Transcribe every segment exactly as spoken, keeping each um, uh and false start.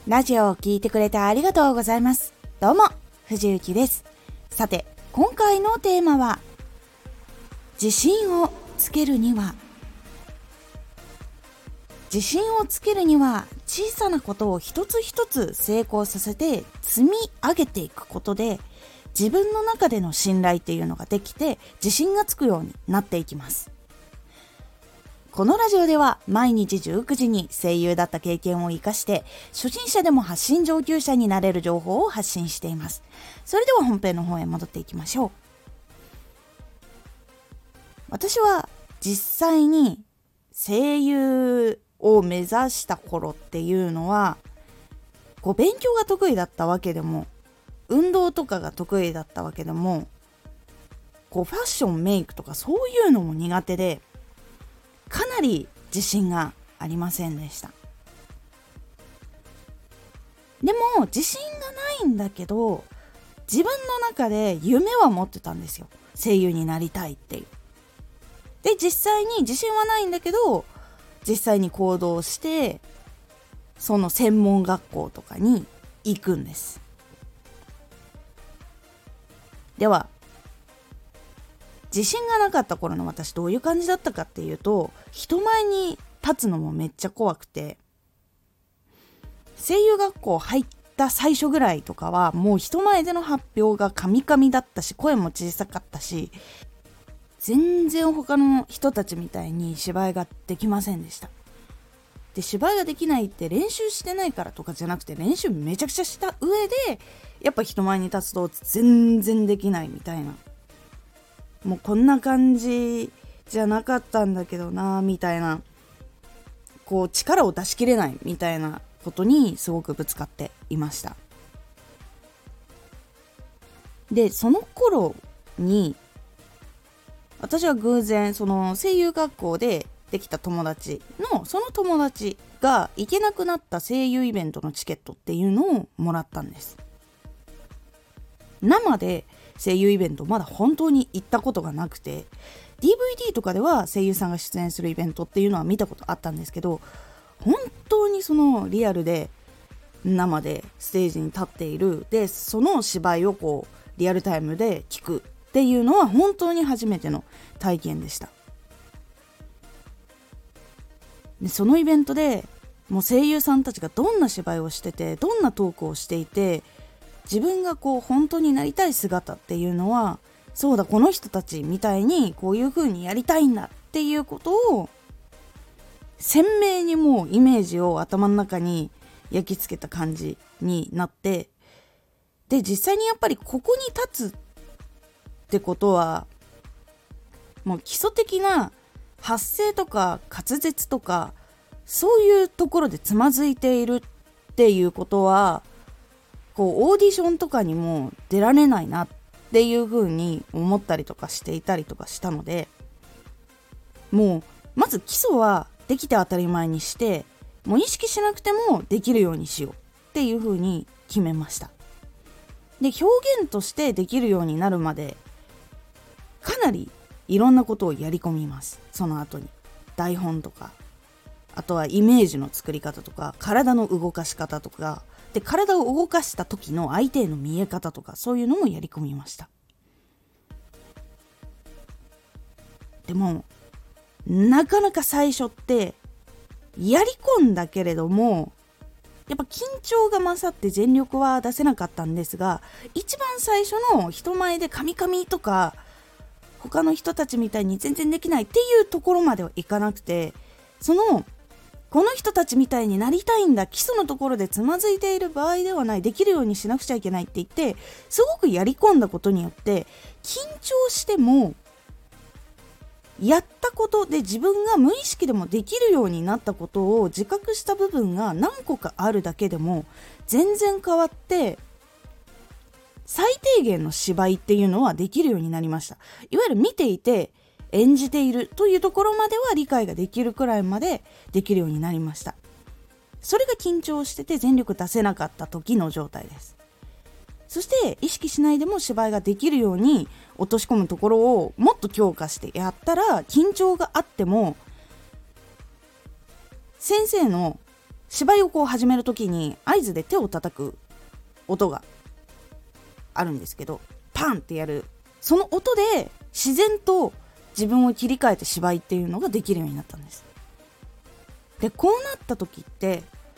ラジオを聞いてくれてありがとうございます。どうも、藤幸です。さて、今回のテーマは、自信をつけるには、自信をつけるには小さなことを一つ一つ成功させて積み上げていくことで、自分の中での信頼っていうのができて、自信がつくようになっていきます。このラジオでは毎日じゅうくじに声優だった経験を生かして初心者でも発信上級者になれる情報を発信しています。それでは本編の方へ戻っていきましょう。私は実際に声優を目指した頃っていうのは、こう勉強が得意だったわけでも運動とかが得意だったわけでも、こうファッションメイクとかそういうのも苦手で、かなり自信がありませんでした。でも自信がないんだけど、自分の中で夢は持ってたんですよ。声優になりたいっていう。で、実際に自信はないんだけど、実際に行動して、その専門学校とかに行くんです。では、自信がなかった頃の私どういう感じだったかっていうと、人前に立つのもめっちゃ怖くて、声優学校入った最初ぐらいとかはもう人前での発表がカミカミだったし、声も小さかったし、全然他の人たちみたいに芝居ができませんでした。で、芝居ができないって練習してないからとかじゃなくて、練習めちゃくちゃした上でやっぱ人前に立つと全然できないみたいな、もうこんな感じじゃなかったんだけどなみたいな、こう力を出し切れないみたいなことにすごくぶつかっていました。で、その頃に私は偶然その声優学校でできた友達のその友達が行けなくなった声優イベントのチケットっていうのをもらったんです。生で声優イベントまだ本当に行ったことがなくて、 ディーブイディー とかでは声優さんが出演するイベントっていうのは見たことあったんですけど、本当にそのリアルで生でステージに立っている、でその芝居をこうリアルタイムで聞くっていうのは本当に初めての体験でした。で、そのイベントでもう声優さんたちがどんな芝居をしてて、どんなトークをしていて、自分がこう本当になりたい姿っていうのは、そうだこの人たちみたいにこういう風にやりたいんだっていうことを鮮明にもうイメージを頭の中に焼き付けた感じになって、で実際にやっぱりここに立つってことは、もう基礎的な発声とか滑舌とかそういうところでつまずいているっていうことは、こうオーディションとかにも出られないなっていう風に思ったりとかしていたりとかしたので、もうまず基礎はできて当たり前にして、もう意識しなくてもできるようにしようっていう風に決めました。で、表現としてできるようになるまでかなりいろんなことをやり込みます。その後に台本とか、あとはイメージの作り方とか、体の動かし方とかで、体を動かした時の相手への見え方とか、そういうのもやり込みました。でもなかなか最初ってやり込んだけれども、やっぱ緊張が勝って全力は出せなかったんですが、一番最初の人前でカミカミとか他の人たちみたいに全然できないっていうところまではいかなくて、そのこの人たちみたいになりたいんだ、基礎のところでつまずいている場合ではない、できるようにしなくちゃいけないって言って、すごくやり込んだことによって緊張してもやったことで自分が無意識でもできるようになったことを自覚した部分が何個かあるだけでも全然変わって、最低限の芝居っていうのはできるようになりました。いわゆる見ていて演じているというところまでは理解ができるくらいまでできるようになりました。それが緊張してて全力出せなかった時の状態です。そして意識しないでも芝居ができるように落とし込むところをもっと強化してやったら、緊張があっても先生の芝居をこう始める時に合図で手を叩く音があるんですけど、パンってやるその音で自然と自分を切り替えて芝居っていうのができるようになったんです。でこうなった時って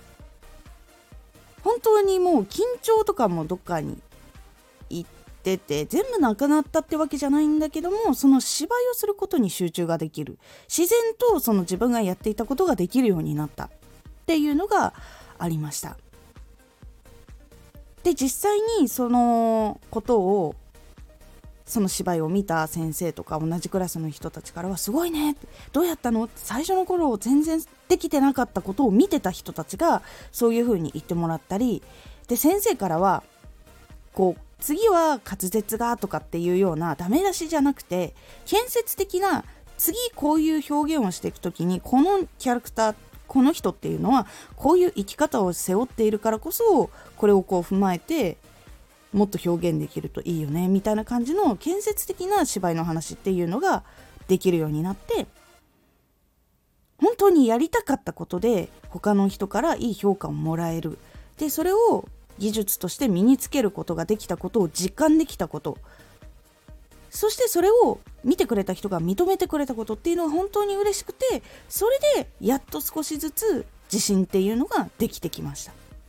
本当にもう緊張とかもどっかに行ってて全部なくなったってわけじゃないんだけども、その芝居をすることに集中ができる、自然とその自分がやっていたことができるようになったっていうのがありました。で実際にそのことをその芝居を見た先生とか同じクラスの人たちからはすごいね、どうやったのって最初の頃全然できてなかったことを見てた人たちがそういう風に言ってもらったりで、先生からはこう次は滑舌がとかっていうようなダメ出しじゃなくて建設的な、次こういう表現をしていくときにこのキャラクターこの人っていうのはこういう生き方を背負っているからこそこれをこう踏まえてもっと表現できるといいよねみたいな感じの建設的な芝居の話っていうのができるようになって、本当にやりたかったことで他の人からいい評価をもらえる、でそれを技術として身につけることができたことを実感できたこと、そしてそれを見てくれた人が認めてくれたことっていうのは本当に嬉しくて、それでやっと少しずつ自信っていうのができてきました。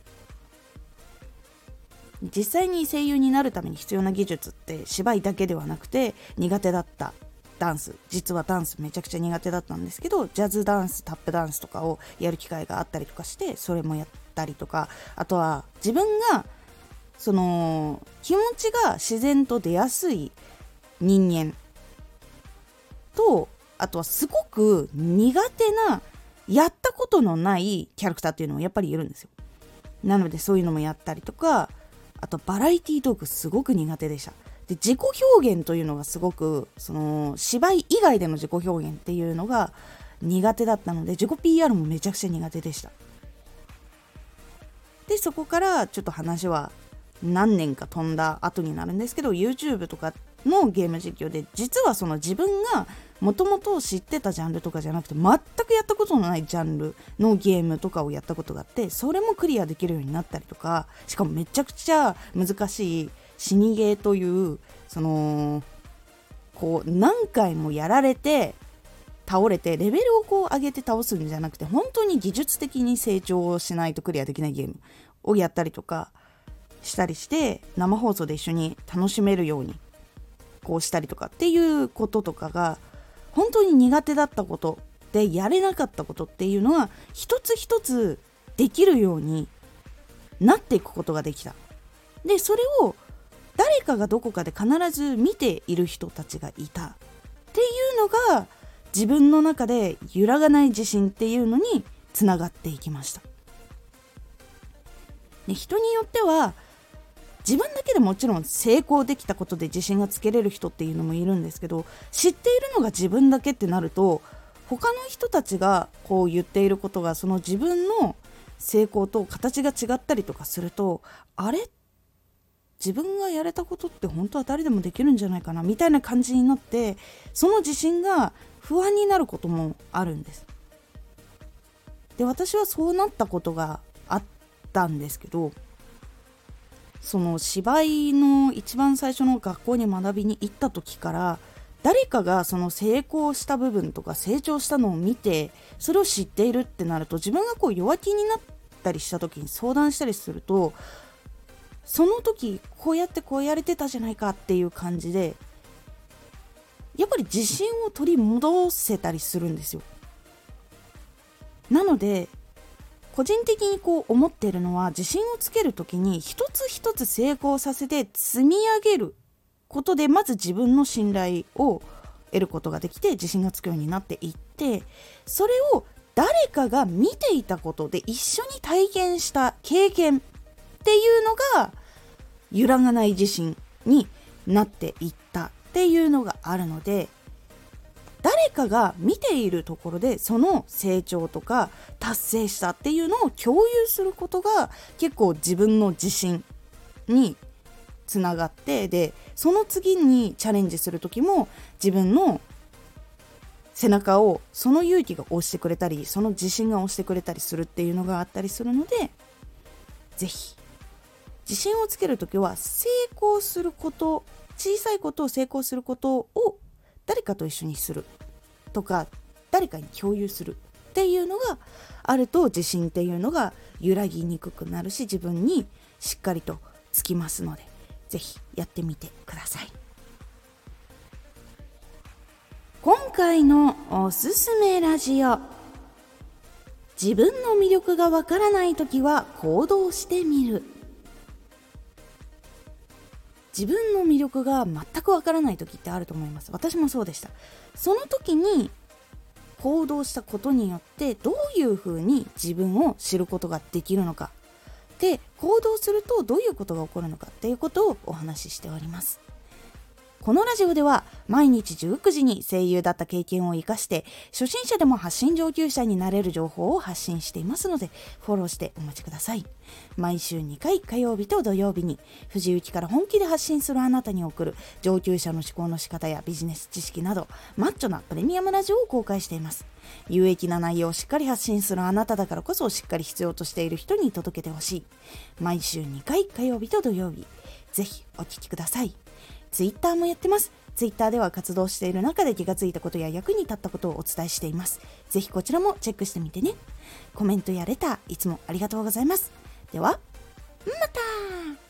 実際に声優になるために必要な技術って芝居だけではなくて、苦手だったダンス、実はダンスめちゃくちゃ苦手だったんですけど、ジャズダンス、タップダンスとかをやる機会があったりとかして、それもやったりとか、あとは自分がその気持ちが自然と出やすい人間と、あとはすごく苦手なやったことのないキャラクターっていうのもやっぱりいるんですよ。なのでそういうのもやったりとか、あとバラエティートークすごく苦手でした。で自己表現というのがすごくその芝居以外での自己表現っていうのが苦手だったので、自己 ピーアール もめちゃくちゃ苦手でした。でそこからちょっと話は何年か飛んだ後になるんですけど、 YouTube とかのゲーム実況で実はその自分がもともと知ってたジャンルとかじゃなくて全くやったことのないジャンルのゲームとかをやったことがあって、それもクリアできるようになったりとか、しかもめちゃくちゃ難しい死にゲーというそのこう何回もやられて倒れてレベルをこう上げて倒すんじゃなくて、本当に技術的に成長をしないとクリアできないゲームをやったりとかしたりして、生放送で一緒に楽しめるようにこうしたりとかっていうこととかが本当に苦手だったことで、やれなかったことっていうのは一つ一つできるようになっていくことができた。でそれを誰かがどこかで必ず見ている人たちがいたっていうのが自分の中で揺らがない自信っていうのにつながっていきました。で人によっては自分だけでもちろん成功できたことで自信がつけれる人っていうのもいるんですけど、知っているのが自分だけってなると、他の人たちがこう言っていることがその自分の成功と形が違ったりとかすると、あれ自分がやれたことって本当は誰でもできるんじゃないかなみたいな感じになって、その自信が不安になることもあるんです。で私はそうなったことがあったんですけど、その芝居の一番最初の学校に学びに行った時から、誰かがその成功した部分とか成長したのを見てそれを知っているってなると、自分がこう弱気になったりした時に相談したりすると、その時こうやってこうやれてたじゃないかっていう感じでやっぱり自信を取り戻せたりするんですよ。なので個人的にこう思っているのは、自信をつけるときに一つ一つ成功させて積み上げることで、まず自分の信頼を得ることができて自信がつくようになっていって、それを誰かが見ていたことで一緒に体験した経験っていうのが揺らがない自信になっていったっていうのがあるので、誰かが見ているところでその成長とか達成したっていうのを共有することが結構自分の自信につながって、でその次にチャレンジする時も自分の背中をその勇気が押してくれたり、その自信が押してくれたりするっていうのがあったりするので、ぜひ自信をつけるときは成功すること、小さいことを成功することを誰かと一緒にするとか、誰かに共有するっていうのがあると、自信っていうのが揺らぎにくくなるし、自分にしっかりとつきますので、ぜひやってみてください。今回のおすすめラジオ、自分の魅力がわからないときは行動してみる。自分の魅力が全くわからない時ってあると思います。私もそうでした。その時に行動したことによってどういうふうに自分を知ることができるのか、で行動するとどういうことが起こるのかっていうことをお話ししております。このラジオでは毎日じゅうくじに声優だった経験を生かして初心者でも発信上級者になれる情報を発信していますので、フォローしてお待ちください。毎週にかい、火曜日と土曜日に藤雪から本気で発信するあなたに送る上級者の思考の仕方やビジネス知識などマッチョなプレミアムラジオを公開しています。有益な内容をしっかり発信するあなただからこそ、しっかり必要としている人に届けてほしい。毎週にかい、火曜日と土曜日、ぜひお聞きください。ツイッターもやってます。ツイッターでは活動している中で気がついたことや役に立ったことをお伝えしています。ぜひこちらもチェックしてみてね。コメントやレターいつもありがとうございます。ではまた。